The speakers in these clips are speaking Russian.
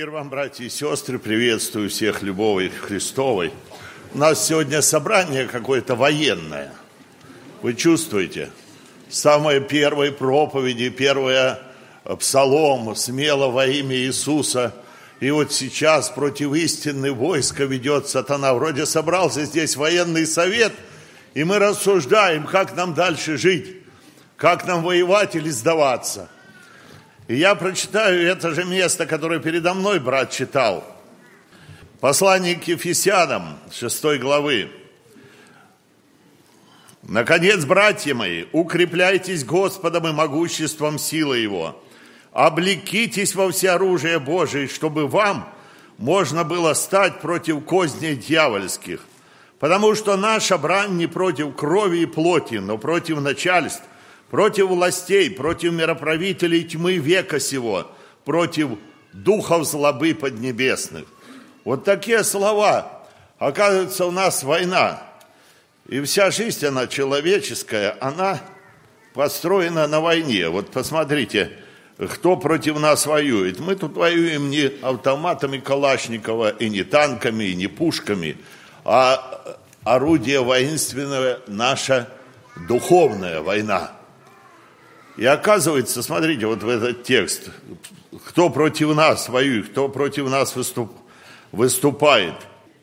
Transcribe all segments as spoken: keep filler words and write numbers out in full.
Мир вам, братья и сестры, приветствую всех любовью Христовой. У нас сегодня собрание какое-то военное. Вы чувствуете? Самые первые проповеди, первая псалом «Смело во имя Иисуса». И вот сейчас против истины войска ведет сатана. Вроде собрался здесь военный совет, и мы рассуждаем, как нам дальше жить, как нам воевать или сдаваться. И я прочитаю это же место, которое передо мной брат читал. Послание к Ефесянам, шестой главы. «Наконец, братья мои, укрепляйтесь Господом и могуществом силы Его. Облекитесь во всеоружие Божие, чтобы вам можно было стать против козней дьявольских. Потому что наша брань не против крови и плоти, но против начальств, против властей, против мироправителей тьмы века сего, против духов злобы поднебесных». Вот такие слова. Оказывается, у нас война. И вся жизнь, она человеческая, она построена на войне. Вот посмотрите, кто против нас воюет. Мы тут воюем не автоматами Калашникова, и не танками, и не пушками, а орудие воинственное наша духовная война. И оказывается, смотрите, вот в этот текст, кто против нас воюет, кто против нас выступ, выступает.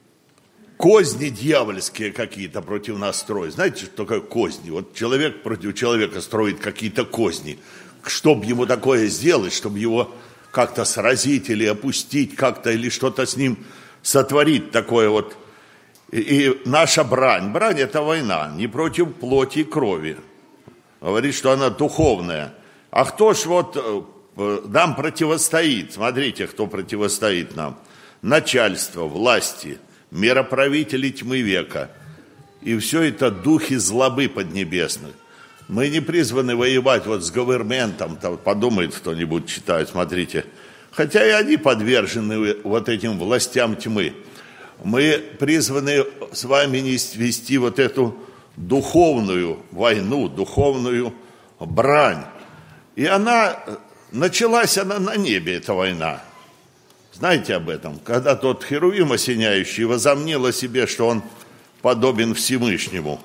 Козни дьявольские какие-то против нас строят. Знаете, что такое козни? Вот человек против человека строит какие-то козни. Чтобы ему такое сделать, чтобы его как-то сразить или опустить как-то, или что-то с ним сотворить такое вот. И, и наша брань, брань это война, не против плоти и крови. Говорит, что она духовная. А кто ж вот э, нам противостоит? Смотрите, кто противостоит нам. Начальство, власти, мироправители тьмы века. И все это духи злобы поднебесных. Мы не призваны воевать вот с говерментом, подумает кто-нибудь, читает, смотрите. Хотя и они подвержены вот этим властям тьмы. Мы призваны с вами вести вот эту духовную войну, духовную брань. И она, началась она на небе, эта война. Знаете об этом? Когда тот Херувим осеняющий возомнил о себе, что он подобен Всевышнему.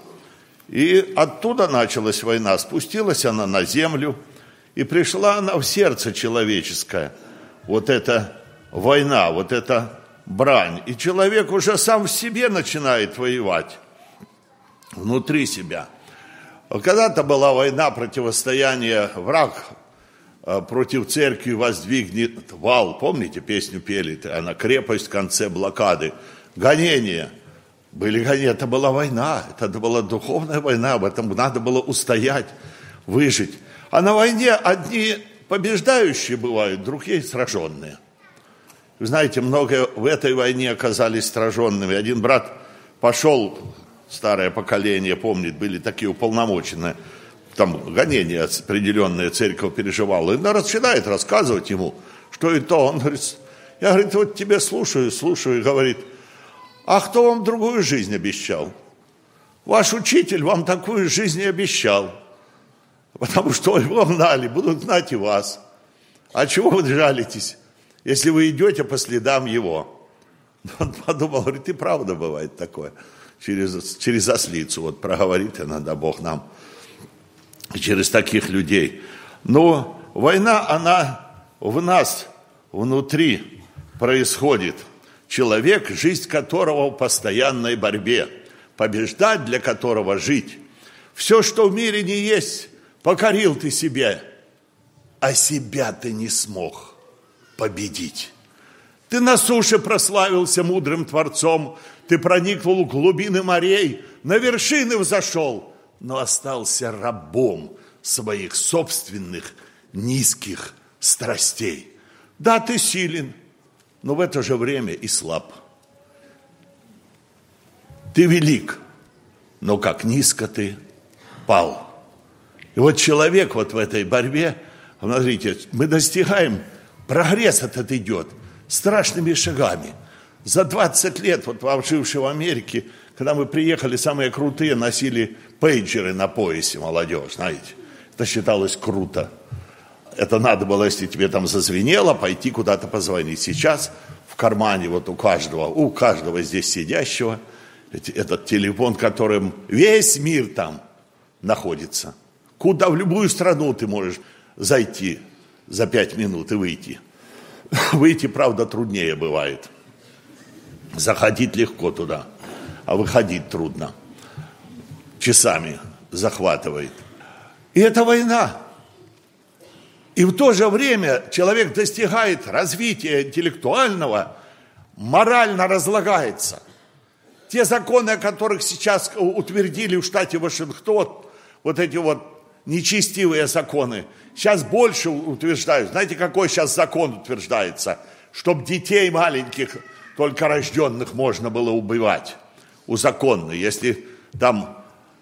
И оттуда началась война, спустилась она на землю, и пришла она в сердце человеческое. Вот эта война, вот эта брань. И человек уже сам в себе начинает воевать. Внутри себя. Когда-то была война, противостояние, враг против церкви воздвигнет вал. Помните, песню пели? Она крепость в конце блокады. Гонения. Были гонения. Это была война. Это была духовная война. Об этом надо было устоять, выжить. А на войне одни побеждающие бывают, другие сраженные. Вы знаете, много в этой войне оказались сраженными. Один брат пошел... Старое поколение помнит, были такие уполномоченные, там гонения определенные церковь переживала. И начинает рассказывать ему, что и то. Он говорит, я, говорит, вот тебе слушаю, слушаю, и говорит, а кто вам другую жизнь обещал? Ваш учитель вам такую жизнь не обещал, потому что его знали, будут знать и вас. А чего вы жалитесь, если вы идете по следам его? Он подумал, говорит, и правда бывает такое. Через, через ослицу, вот проговорит иногда Бог нам, через таких людей. Но война, она в нас, внутри происходит. Человек, жизнь которого в постоянной борьбе, побеждать для которого жить. Все, что в мире не есть, покорил ты себе, а себя ты не смог победить. Ты на суше прославился мудрым Творцом, ты проникнул в глубины морей, на вершины взошел, но остался рабом своих собственных низких страстей. Да, ты силен, но в это же время и слаб. Ты велик, но как низко ты пал. И вот человек вот в этой борьбе, смотрите, мы достигаем, прогресс этот идет страшными шагами. За двадцать лет, вот жившие в Америке, когда мы приехали, самые крутые носили пейджеры на поясе, молодежь, знаете. Это считалось круто. Это надо было, если тебе там зазвенело, пойти куда-то позвонить. Сейчас в кармане вот у каждого, у каждого здесь сидящего этот телефон, которым весь мир там находится. Куда, в любую страну ты можешь зайти за пять минут и выйти. Выйти, правда, труднее бывает. Заходить легко туда, а выходить трудно. Часами захватывает. И это война. И в то же время человек достигает развития интеллектуального, морально разлагается. Те законы, о которых сейчас утвердили в штате Вашингтон, вот эти вот нечестивые законы, сейчас больше утверждают. Знаете, какой сейчас закон утверждается? Чтоб детей маленьких, только рожденных, можно было убивать. Узаконный. Если там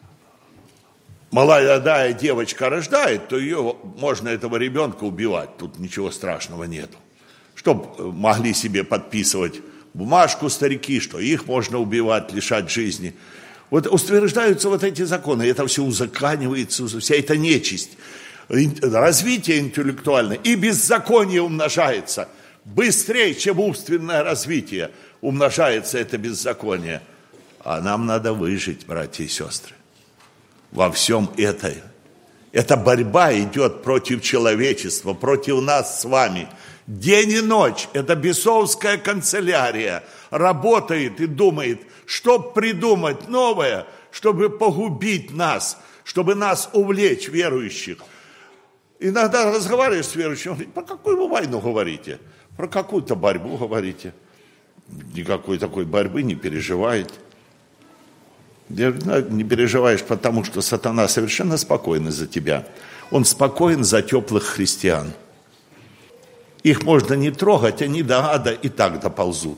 молодая девочка рождает, то ее, можно этого ребенка убивать. Тут ничего страшного нету. Чтоб могли себе подписывать бумажку старики, что их можно убивать, лишать жизни. Вот утверждаются вот эти законы, это все узаканивается, вся эта нечисть. Развитие интеллектуальное и беззаконие умножается. Быстрее, чем умственное развитие, умножается это беззаконие. А нам надо выжить, братья и сестры. Во всем этом. Эта борьба идет против человечества, против нас с вами. День и ночь эта бесовская канцелярия работает и думает, что придумать новое, чтобы погубить нас, чтобы нас увлечь, верующих. Иногда разговариваешь с верующим, говорит, про какую вы войну говорите? Про какую-то борьбу говорите. Никакой такой борьбы не переживает. Не переживаешь, потому что сатана совершенно спокоен за тебя. Он спокоен за теплых христиан. Их можно не трогать, они до ада и так доползут.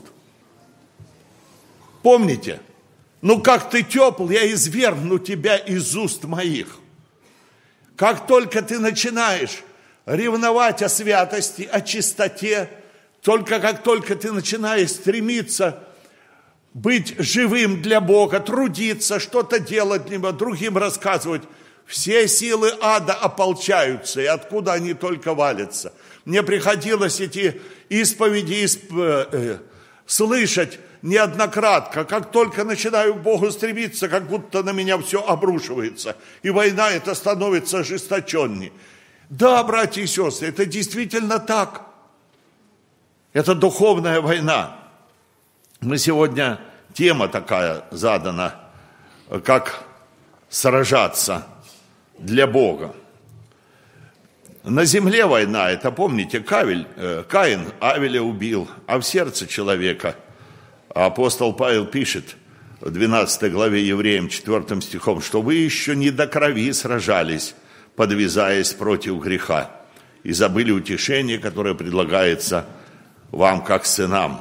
Помните? Ну как ты тепл, я извергну тебя из уст моих. Как только ты начинаешь ревновать о святости, о чистоте, только как только ты начинаешь стремиться быть живым для Бога, трудиться, что-то делать, либо другим рассказывать, все силы ада ополчаются, и откуда они только валятся. Мне приходилось эти исповеди исп... э, слышать неоднократно. Как только начинаю к Богу стремиться, как будто на меня все обрушивается. И война эта становится ожесточенней. Да, братья и сестры, это действительно так. Это духовная война. Мы сегодня, тема такая задана, как сражаться для Бога. На земле война, это помните, Кавель, Каин Авеля убил, а в сердце человека апостол Павел пишет в двенадцатой главе Евреям, четвёртым стихом, что вы еще не до крови сражались, подвязаясь против греха, и забыли утешение, которое предлагается вам как сынам.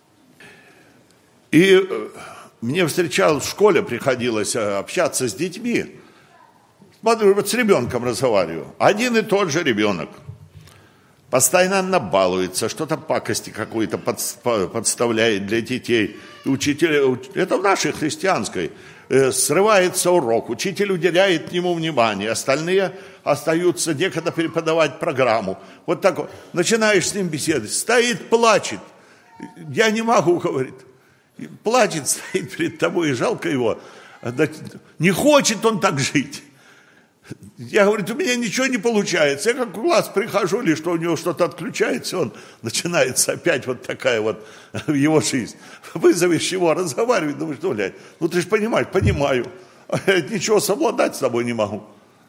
И мне встречалось, в школе приходилось общаться с детьми, вот с ребенком разговариваю, один и тот же ребенок, постоянно балуется, что-то пакости какой-то подставляет для детей. И учитель, это в нашей христианской, срывается урок, учитель уделяет ему внимание, остальные остаются некогда преподавать программу. Вот так вот, начинаешь с ним беседовать, стоит, плачет, я не могу, говорит, плачет, стоит перед тобой, и жалко его, не хочет он так жить. Я говорю, у меня ничего не получается. Я как в класс прихожу, или что у него что-то отключается, он начинается опять вот такая вот его жизнь. Вызовешь его, разговаривать, думаешь, ну, блядь, ну ты же понимаешь, понимаю. Ничего совладать с тобой не могу.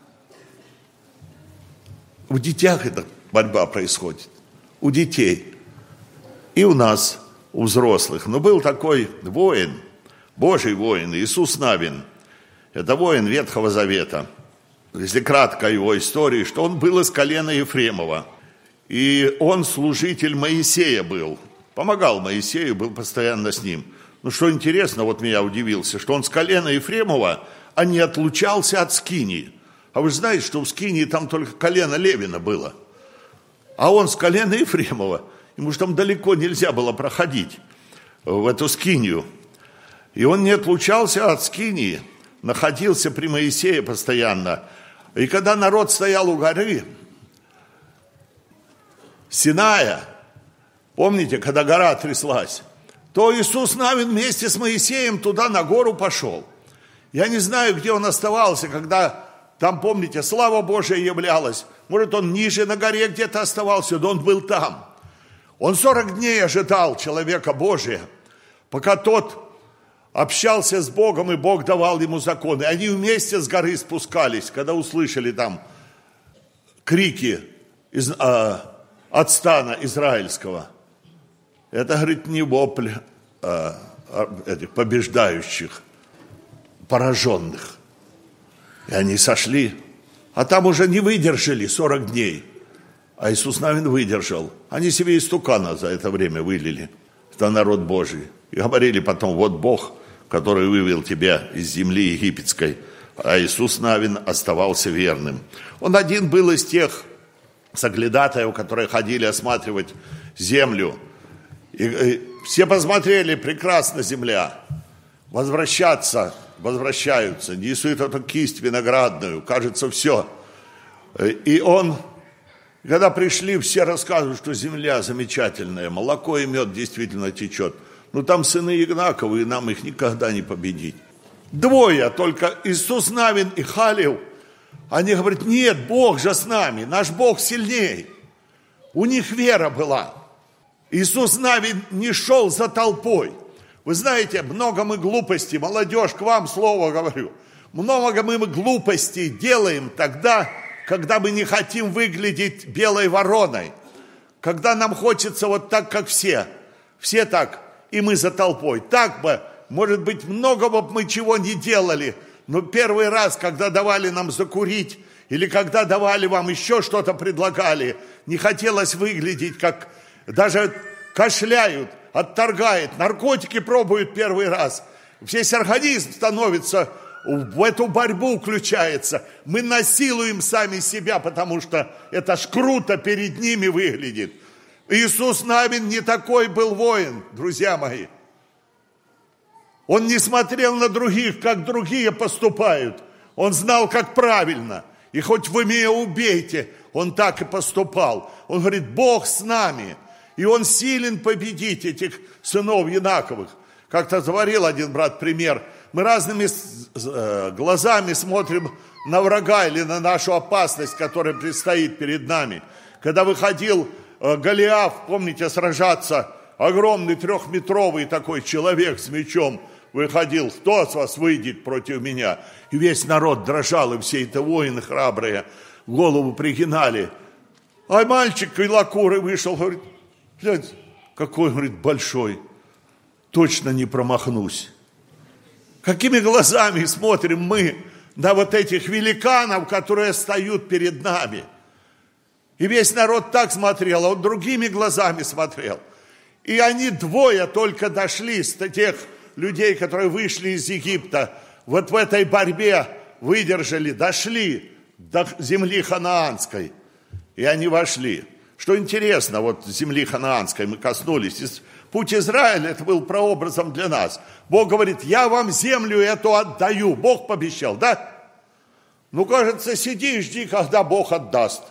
У детях эта борьба происходит. У детей. И у нас, у взрослых. Но был такой воин, Божий воин, Иисус Навин. Это воин Ветхого Завета. Если кратко его истории, что он был из колена Ефремова. И он служитель Моисея был. Помогал Моисею, был постоянно с ним. Ну, что интересно, вот меня удивился, что он с колена Ефремова, а не отлучался от скинии. А вы же знаете, что в скинии там только колено Левина было. А он с колена Ефремова. Ему же там далеко нельзя было проходить в эту скинию. И он не отлучался от скинии, находился при Моисее постоянно. И когда народ стоял у горы, Синая, помните, когда гора тряслась, то Иисус Навин вместе с Моисеем туда на гору пошел. Я не знаю, где он оставался, когда там, помните, слава Божия являлась. Может, он ниже на горе где-то оставался, но он был там. Он сорок дней ожидал человека Божия, пока тот общался с Богом, и Бог давал ему законы. Они вместе с горы спускались, когда услышали там крики из, а, от стана израильского. Это, говорит, не вопль а, а, этих побеждающих, пораженных. И они сошли, а там уже не выдержали сорок дней. А Иисус Навин выдержал. Они себе истукана за это время вылили, это народ Божий. И говорили потом: вот Бог, который вывел тебя из земли египетской. А Иисус Навин оставался верным. Он один был из тех соглядатаев, которые ходили осматривать землю. И, и все посмотрели: прекрасна земля. Возвращаться, возвращаются, несут эту кисть виноградную, кажется, все. И он, когда пришли, все рассказывают, что земля замечательная, молоко и мед действительно течет. Ну, там сыны Игнаковы, и нам их никогда не победить. Двое только, Иисус Навин и Халев, они говорят: нет, Бог же с нами, наш Бог сильней. У них вера была. Иисус Навин не шел за толпой. Вы знаете, много мы глупостей, молодежь, к вам слово говорю, много мы глупостей делаем тогда, когда мы не хотим выглядеть белой вороной, когда нам хочется вот так, как все, все так, и мы за толпой. Так бы, может быть, много бы мы чего не делали, но первый раз, когда давали нам закурить, или когда давали вам еще что-то предлагали, не хотелось выглядеть, как даже кашляют, отторгает, наркотики пробуют первый раз. Весь организм становится, в эту борьбу включается. Мы насилуем сами себя, потому что это ж круто перед ними выглядит. Иисус Навин не такой был воин, друзья мои. Он не смотрел на других, как другие поступают. Он знал, как правильно. И хоть вы меня убейте, он так и поступал. Он говорит: Бог с нами. И он силен победить этих сынов Янаковых. Как-то говорил один брат пример. Мы разными глазами смотрим на врага или на нашу опасность, которая предстоит перед нами. Когда выходил Голиаф, помните, сражаться, огромный трехметровый такой человек с мечом выходил: кто с вас выйдет против меня? И весь народ дрожал, и все это воины храбрые голову пригинали. А мальчик белокурый вышел, говорит: глянь, какой, говорит, большой, точно не промахнусь. Какими глазами смотрим мы на вот этих великанов, которые стоят перед нами? И весь народ так смотрел, а он другими глазами смотрел. И они двое только дошли с тех людей, которые вышли из Египта, вот в этой борьбе выдержали, дошли до земли ханаанской, и они вошли. Что интересно, вот земли ханаанской мы коснулись. Путь Израиля, это был прообразом для нас. Бог говорит: я вам землю эту отдаю. Бог пообещал, да? Ну, кажется, сиди и жди, когда Бог отдаст.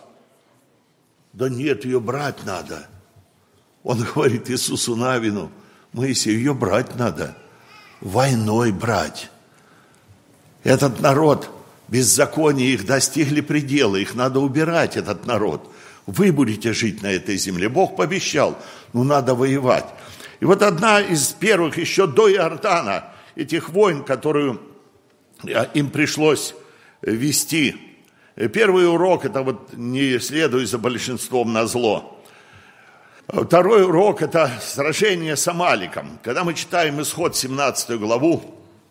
Да нет, ее брать надо. Он говорит Иисусу Навину: Моисей, ее брать надо. Войной брать. Этот народ, беззаконие их достигли предела. Их надо убирать, этот народ. Вы будете жить на этой земле. Бог пообещал, ну надо воевать. И вот одна из первых, еще до Иордана, этих войн, которую им пришлось вести. Первый урок, это вот не следуй за большинством на зло. Второй урок, это сражение с Амаликом. Когда мы читаем Исход семнадцатую главу,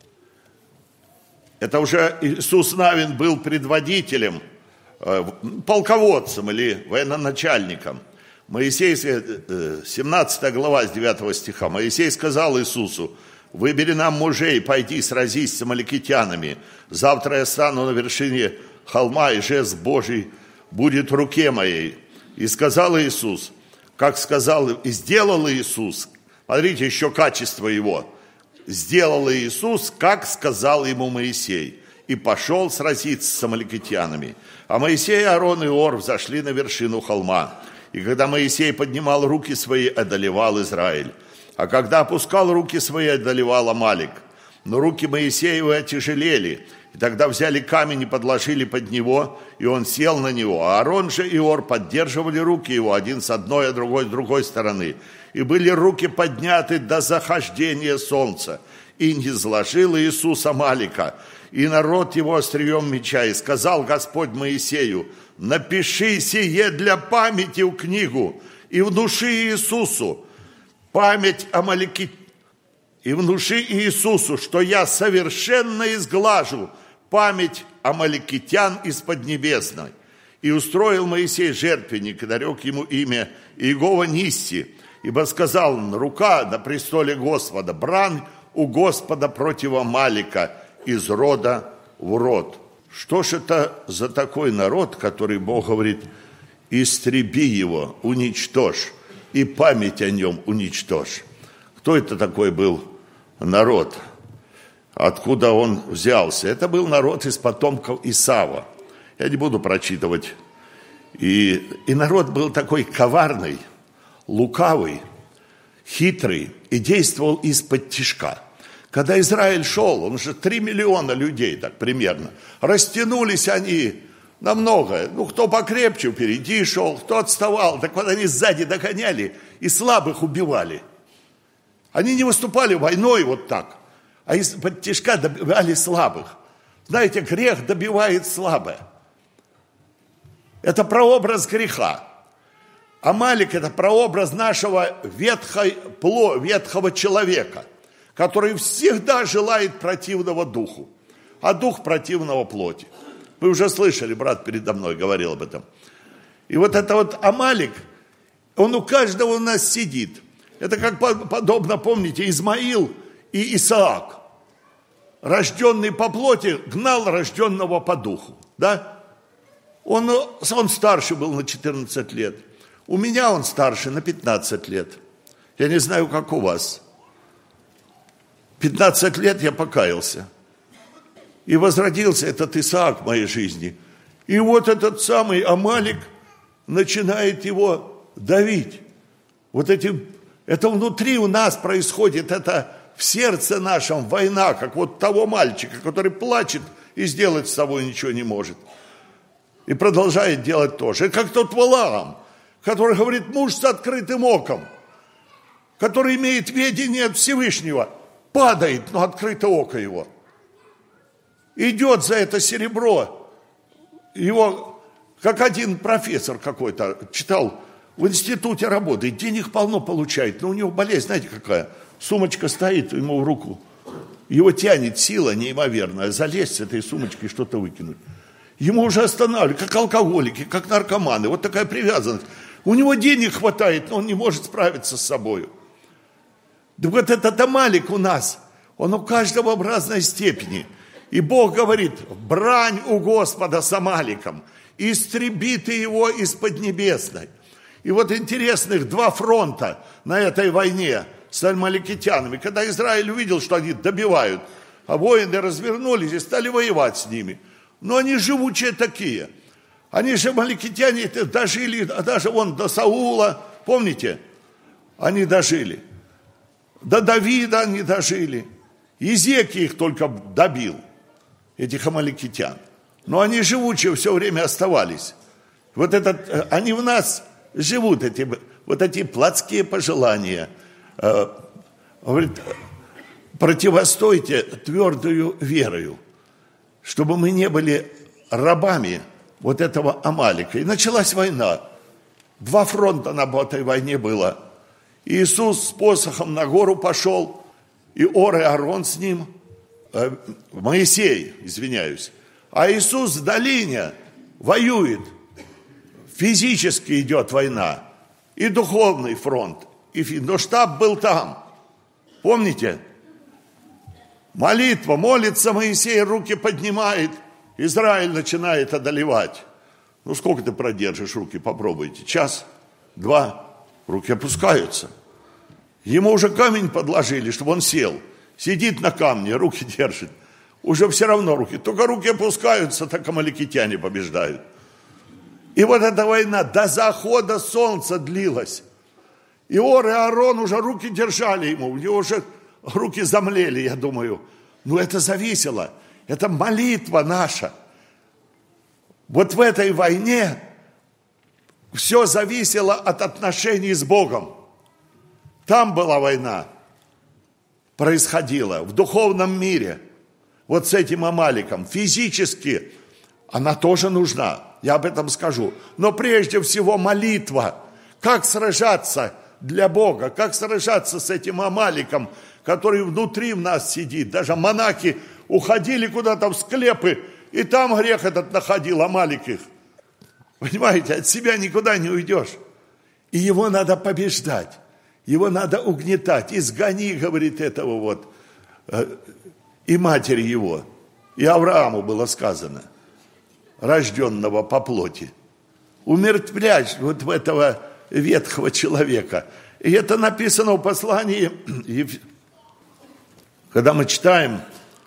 это уже Иисус Навин был предводителем, полководцем или военачальником. Моисей, семнадцатая глава с девятого стиха. Моисей сказал Иисусу: выбери нам мужей, пойди сразись с амаликитянами. Завтра я стану на вершине холма, и жезл Божий будет в руке моей. И сказал Иисус, как сказал, и сделал Иисус. Смотрите, еще качество его. Сделал Иисус, как сказал ему Моисей. И пошел сразиться с амаликитянами. А Моисей, Аарон и Ор взошли на вершину холма. И когда Моисей поднимал руки свои, одолевал Израиль. А когда опускал руки свои, одолевал Амалик. Но руки Моисеева отяжелели. И тогда взяли камень и подложили под него, и он сел на него. А Аарон же и Ор поддерживали руки его, один с одной, а другой с другой стороны. И были руки подняты до захождения солнца. И не сложил Иисус Амалика, и народ его острием меча. И сказал Господь Моисею: напиши сие для памяти в книгу, и внуши Иисусу память Амаликит. И внуши Иисусу, что я совершенно изглажу память амаликитян из Поднебесной. И устроил Моисей жертвенник, и нарек ему имя Иегова Нисси, ибо сказал он: рука на престоле Господа, брань у Господа против Амалика из рода в род. Что ж это за такой народ, который Бог говорит: истреби его, уничтожь, и память о нем уничтожь? Кто это такой был народ? Откуда он взялся? Это был народ из потомков Исава. Я не буду прочитывать. И, и народ был такой коварный, лукавый, хитрый и действовал из-под тишка. Когда Израиль шел, он же три миллиона людей, так примерно, растянулись они на многое. Ну, кто покрепче впереди шел, кто отставал. Так вот они сзади догоняли и слабых убивали. Они не выступали войной вот так, а из-под тишка добивали слабых. Знаете, грех добивает слабое. Это прообраз греха. Амалик – это прообраз нашего ветхой, ветхого человека, который всегда желает противного духу, а дух противного плоти. Вы уже слышали, брат передо мной говорил об этом. И вот это вот Амалик, он у каждого у нас сидит. Это как подобно, помните, Измаил и Исаак. Рожденный по плоти гнал рожденного по духу. Да? Он, он старше был на четырнадцать лет. У меня он старше на пятнадцать лет. Я не знаю, как у вас. пятнадцать лет я покаялся. И возродился этот Исаак в моей жизни. И вот этот самый Амалик начинает его давить. Вот эти, это внутри у нас происходит, это в сердце нашем война, как вот того мальчика, который плачет и сделать с собой ничего не может. И продолжает делать то же. И как тот Валаам, который говорит: муж с открытым оком, который имеет ведение от Всевышнего, падает, но открыто око его. Идет за это серебро. Его, как один профессор какой-то читал, в институте работает, денег полно получает, но у него болезнь, знаете какая? Сумочка стоит ему в руку, его тянет сила неимоверная, залезть с этой сумочки и что-то выкинуть. Ему уже останавливают, как алкоголики, как наркоманы, вот такая привязанность. У него денег хватает, но он не может справиться с собой. Да вот этот Амалик у нас, он у каждого в разной степени. И Бог говорит: брань у Господа с Амаликом, истреби ты его из Поднебесной. И вот интересных два фронта на этой войне с амаликитянами. Когда Израиль увидел, что они добивают, а воины развернулись и стали воевать с ними. Но они живучие такие. Они же, амаликитяне, дожили, даже вон до Саула, помните? Они дожили. До Давида они дожили. Езекия их только добил, этих амаликитян. Но они живучие все время оставались. Вот этот, они в нас живут, эти, вот эти плотские пожелания. Говорит: противостойте твердую верою, чтобы мы не были рабами вот этого Амалика. И началась война. Два фронта на этой войне было. Иисус с посохом на гору пошел, и Ор и Аарон с ним, э, Моисей, извиняюсь. А Иисус в долине воюет. Физически идет война. И духовный фронт. И, но штаб был там. Помните? Молитва, молится Моисей, руки поднимает. Израиль начинает одолевать. Ну, сколько ты продержишь руки? Попробуйте. Час, два. Руки опускаются. Ему уже камень подложили, чтобы он сел. Сидит на камне, руки держит. Уже все равно руки. Только руки опускаются, так амаликитяне побеждают. И вот эта война до захода солнца длилась. И Ор и Аарон уже руки держали ему, у него уже руки замлели, я думаю. Ну это зависело, это молитва наша. Вот в этой войне все зависело от отношений с Богом. Там была война, происходила в духовном мире. Вот с этим Амаликом. Физически она тоже нужна, я об этом скажу. Но прежде всего молитва. Как сражаться для Бога, как сражаться с этим Амаликом, который внутри в нас сидит. Даже монахи уходили куда-то в склепы, и там грех этот находил, Амалик их. Понимаете, от себя никуда не уйдешь. И его надо побеждать, его надо угнетать. Изгони, говорит, этого вот, и матери его, и Аврааму было сказано, рожденного по плоти. Умертвлять вот в этого ветхого человека. И это написано в послании, когда мы читаем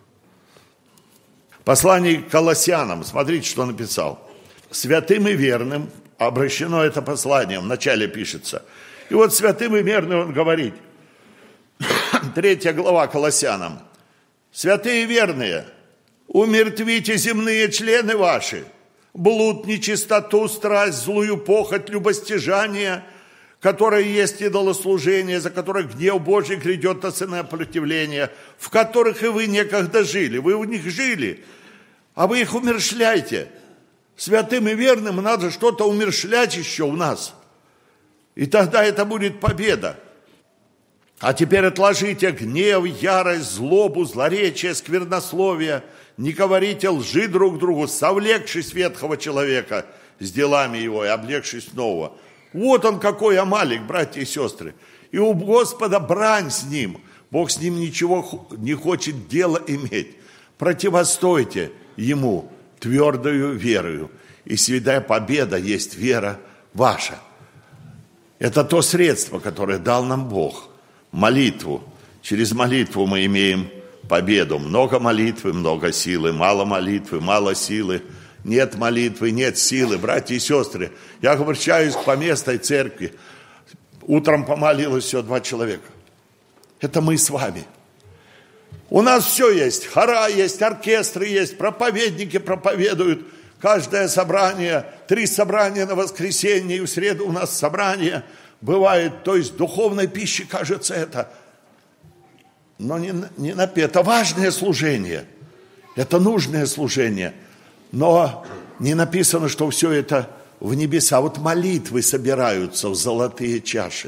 послание к Колоссянам, смотрите, что написал. Святым и верным, обращено это послание, в начале пишется. И вот святым и верным он говорит, третья глава Колоссянам. Святые и верные, умертвите земные члены ваши, блуд, нечистоту, страсть, злую похоть, любостяжание, которое есть идолослужение, за которое гнев Божий грядет от сына противления, в которых и вы некогда жили. Вы в них жили, а вы их умерщвляете. Святым и верным надо что-то умерщвлять еще у нас. И тогда это будет победа. А теперь отложите гнев, ярость, злобу, злоречие, сквернословие. Не говорите лжи друг другу, совлекшись ветхого человека с делами его и облегшись нового. Вот он какой Амалик, братья и сестры. И у Господа брань с ним. Бог с ним ничего не хочет дела иметь. Противостойте ему твердою верою. И святая победа есть вера ваша. Это то средство, которое дал нам Бог. Молитву. Через молитву мы имеем победу. Много молитвы, много силы. Мало молитвы, мало силы. Нет молитвы, нет силы. Братья и сестры, я обращаюсь к поместной церкви. Утром помолилось всего два человека. Это мы с вами. У нас все есть. Хора есть, оркестры есть, проповедники проповедуют. Каждое собрание, три собрания на воскресенье, и в среду у нас собрание бывает. То есть духовной пищи, кажется, это. Но не, не напето. Важное служение. Это нужное служение. Но не написано, что все это в небеса. Вот молитвы собираются в золотые чаши.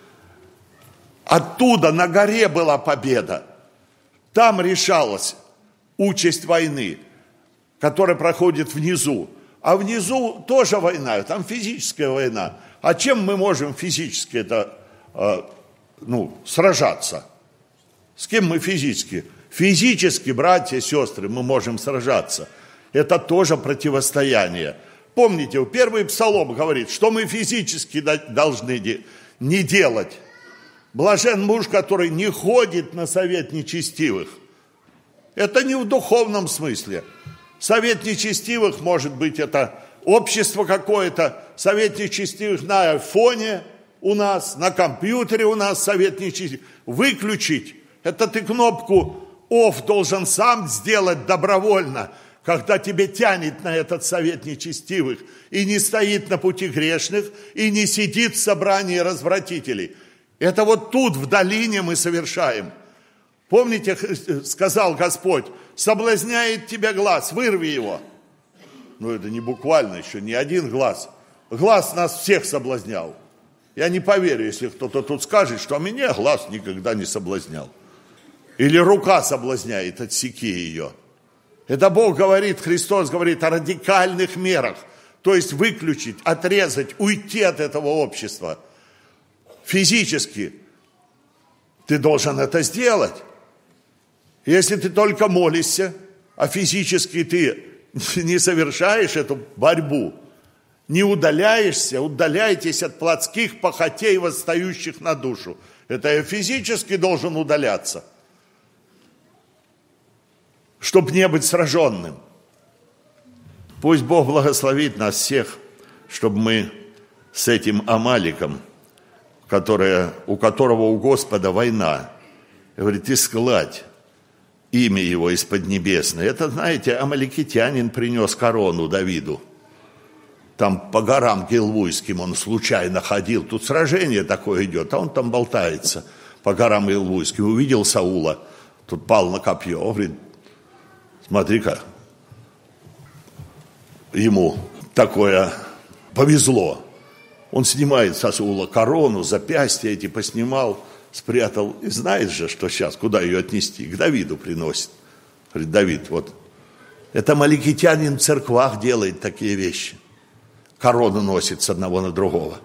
Оттуда на горе была победа. Там решалась участь войны, которая проходит внизу. А внизу тоже война, там физическая война. А чем мы можем физически это, э, ну, сражаться? С кем мы физически? Физически, братья и сестры, мы можем сражаться. Это тоже противостояние. Помните, первый псалом говорит, что мы физически должны не делать. Блажен муж, который не ходит на совет нечестивых. Это не в духовном смысле. Совет нечестивых, может быть, это общество какое-то. Совет нечестивых на айфоне у нас, на компьютере у нас совет нечестивых. Выключить. Это ты кнопку «Офф» должен сам сделать добровольно, когда тебе тянет на этот совет нечестивых и не стоит на пути грешных, и не сидит в собрании развратителей. Это вот тут, в долине, мы совершаем. Помните, сказал Господь, соблазняет тебя глаз, вырви его. Ну, это не буквально еще, не один глаз. Глаз нас всех соблазнял. Я не поверю, если кто-то тут скажет, что меня глаз никогда не соблазнял. Или рука соблазняет, отсеки ее. Это Бог говорит, Христос говорит о радикальных мерах. То есть выключить, отрезать, уйти от этого общества. Физически ты должен это сделать. Если ты только молишься, а физически ты не совершаешь эту борьбу, не удаляешься, удаляйтесь от плотских похотей, восстающих на душу. Это я физически должен удаляться, чтобы не быть сраженным. Пусть Бог благословит нас всех, чтобы мы с этим Амаликом, которое, у которого у Господа война, говорит, искладь имя его из Поднебесной. Это, знаете, амаликитянин принес корону Давиду. Там по горам Гилвуйским он случайно ходил. Тут сражение такое идет, а он там болтается по горам Гилвуйским. Увидел Саула, тут пал на копье. Он говорит, смотри-ка, ему такое повезло. Он снимает со Саула корону, запястья эти поснимал, спрятал. И знаешь же, что сейчас, куда ее отнести? К Давиду приносит. Говорит, Давид, вот это амаликитянин в церквах делает такие вещи. Корону носит с одного на другого.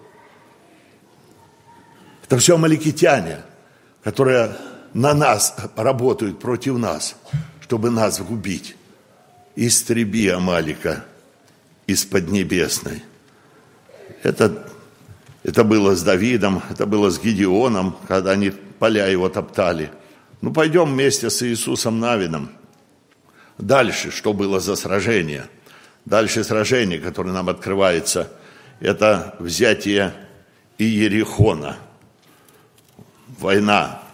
Это все амаликитяне, которые на нас работают, против нас, чтобы нас губить. Истреби Амалика из Поднебесной. Это, это было с Давидом, это было с Гедеоном, когда они поля его топтали. Ну, пойдем вместе с Иисусом Навином. Дальше, что было за сражение? Дальше сражение, которое нам открывается, это взятие Иерихона. Война.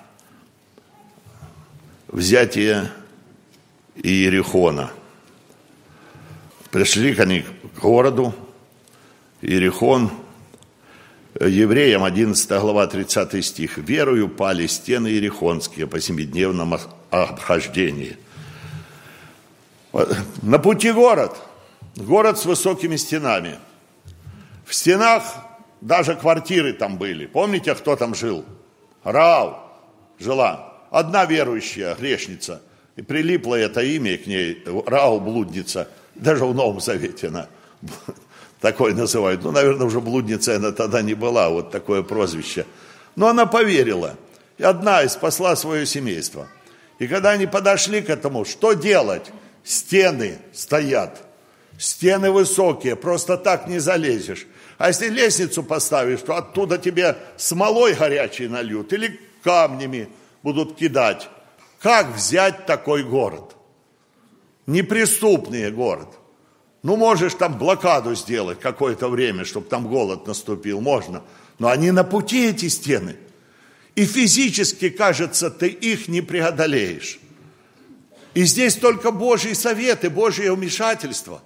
Взятие Иерихона. Пришли они к городу Иерихон. Евреям одиннадцатая глава, тридцатый стих. «Верою пали стены иерихонские по семидневном обхождении». На пути город. Город с высокими стенами. В стенах даже квартиры там были. Помните, кто там жил? Раав жила. Одна верующая грешница. И прилипло это имя к ней, Раав блудница. Даже в Новом Завете она такое называют. Ну, наверное, уже блудницей она тогда не была. Вот такое прозвище. Но она поверила. И одна и спасла свое семейство. И когда они подошли к этому, что делать? Стены стоят. Стены высокие, просто так не залезешь. А если лестницу поставишь, то оттуда тебе смолой горячей нальют или камнями будут кидать. Как взять такой город? Неприступный город. Ну, можешь там блокаду сделать какое-то время, чтобы там голод наступил, можно. Но они на пути, эти стены. И физически, кажется, ты их не преодолеешь. И здесь только Божий совет и Божье вмешательство.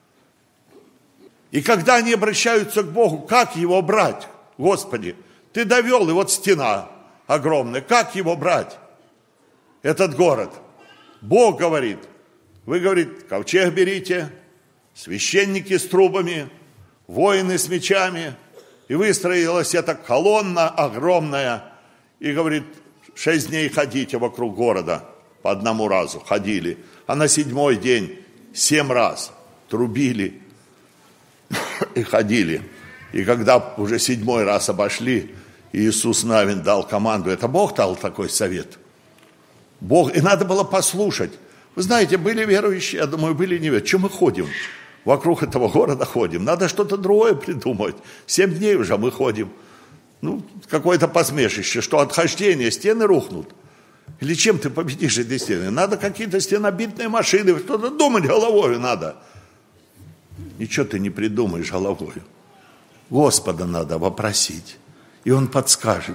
И когда они обращаются к Богу, как его брать? Господи, ты довел, и вот стена огромная, как его брать? Этот город. Бог говорит, вы, говорит, ковчег берите, священники с трубами, воины с мечами, и выстроилась эта колонна огромная, и говорит, шесть дней ходите вокруг города, по одному разу ходили, а на седьмой день семь раз трубили и ходили. И когда уже седьмой раз обошли, Иисус Навин дал команду, это Бог дал такой совет. Бог, и надо было послушать. Вы знаете, были верующие, я думаю, были неверующие. Чем мы ходим? Вокруг этого города ходим. Надо что-то другое придумать. Семь дней уже мы ходим. Ну, какое-то посмешище, что отхождение, стены рухнут. Или чем ты победишь эти стены? Надо какие-то стенобитные машины, что-то думать головой надо. Ничего ты не придумаешь головой. Господа надо вопросить, и Он подскажет.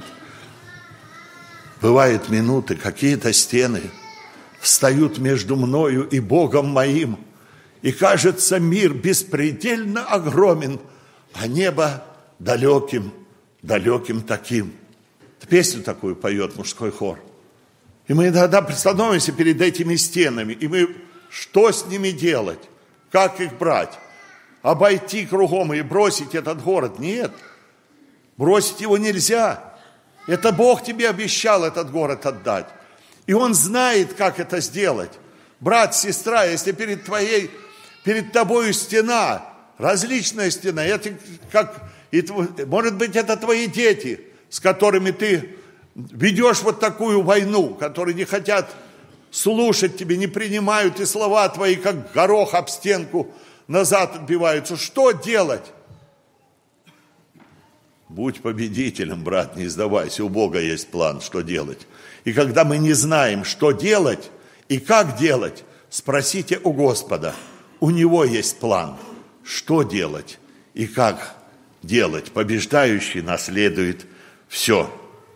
Бывают минуты, какие-то стены встают между мною и Богом моим, и кажется, мир беспредельно огромен, а небо далеким, далеким таким. Песню такую поет мужской хор. И мы иногда становимся перед этими стенами, и мы, что с ними делать? Как их брать? Обойти кругом и бросить этот город? Нет, бросить его нельзя. Это Бог тебе обещал этот город отдать. И Он знает, как это сделать. Брат, сестра, если перед твоей, перед тобою стена, различная стена, это как, может быть, это твои дети, с которыми ты ведешь вот такую войну, которые не хотят слушать тебя, не принимают, и слова твои, как горох об стенку, назад отбиваются. Что делать? Будь победителем, брат, не сдавайся. У Бога есть план, что делать. И когда мы не знаем, что делать и как делать, спросите у Господа. У Него есть план, что делать и как делать. Побеждающий наследует все.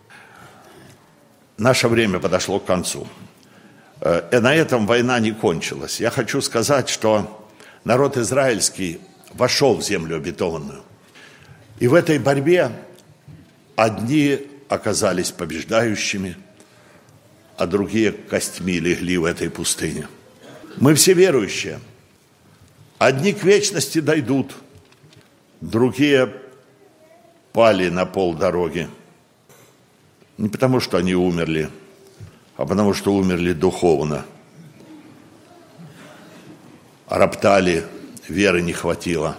Наше время подошло к концу. И на этом война не кончилась. Я хочу сказать, что народ израильский вошел в землю обетованную. И в этой борьбе одни оказались побеждающими, а другие костьми легли в этой пустыне. Мы все верующие. Одни к вечности дойдут, другие пали на полдороги. Не потому, что они умерли, а потому, что умерли духовно. Роптали, веры не хватило.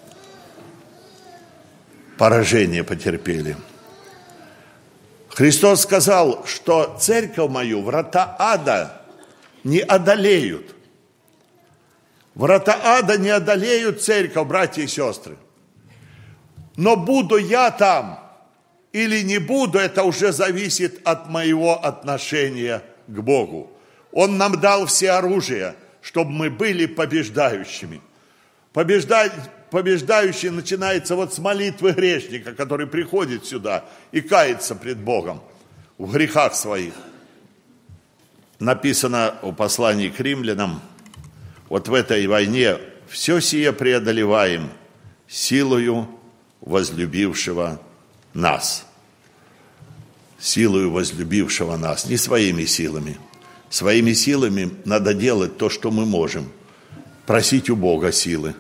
Поражение потерпели. Христос сказал, что церковь мою врата ада не одолеют. Врата ада не одолеют церковь, братья и сестры. Но буду я там или не буду, это уже зависит от моего отношения к Богу. Он нам дал все оружие, чтобы мы были побеждающими. Побеждать, побеждающий начинается вот с молитвы грешника, который приходит сюда и кается пред Богом в грехах своих. Написано в послании к римлянам, вот в этой войне все сие преодолеваем силою возлюбившего нас. Силою возлюбившего нас, не своими силами. Своими силами надо делать то, что мы можем. Просить у Бога силы.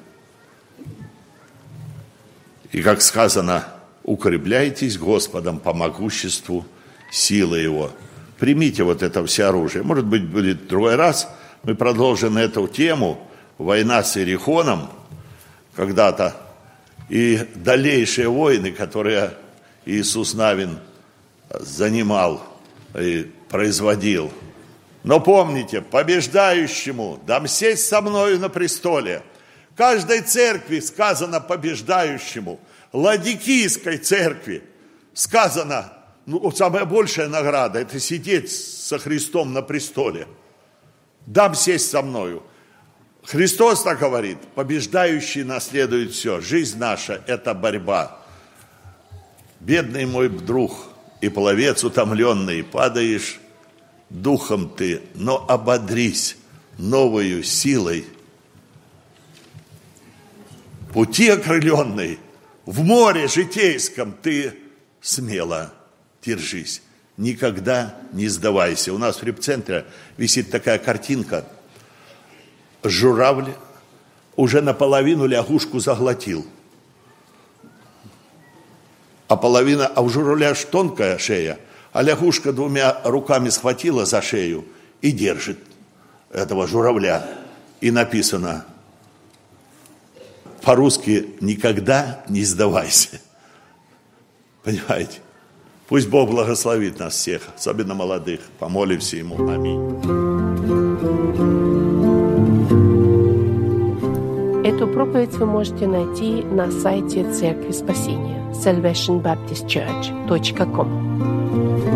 И как сказано, укрепляйтесь Господом по могуществу силы Его. Примите вот это все оружие. Может быть, будет в другой раз. Мы продолжим эту тему. Война с Иерихоном когда-то. И дальнейшие войны, которые Иисус Навин занимал и производил. Но помните, побеждающему дам сесть со мною на престоле. Каждой церкви сказано побеждающему. Ладикийской церкви сказано, ну, самая большая награда – это сидеть со Христом на престоле. Дам сесть со мною. Христос так говорит, побеждающий наследует все. Жизнь наша – это борьба. Бедный мой друг и пловец утомленный, падаешь духом ты, но ободрись новою силой. Пути окрыленной, в море житейском ты смело держись. Никогда не сдавайся. У нас в репцентре висит такая картинка. Журавль уже наполовину лягушку заглотил. А половина, а у журавля аж тонкая шея, а лягушка двумя руками схватила за шею и держит этого журавля. И написано по-русски «никогда не сдавайся». Понимаете? Пусть Бог благословит нас всех, особенно молодых. Помолимся Ему. Аминь. Эту проповедь вы можете найти на сайте Церкви Спасения salvation baptist church точка com.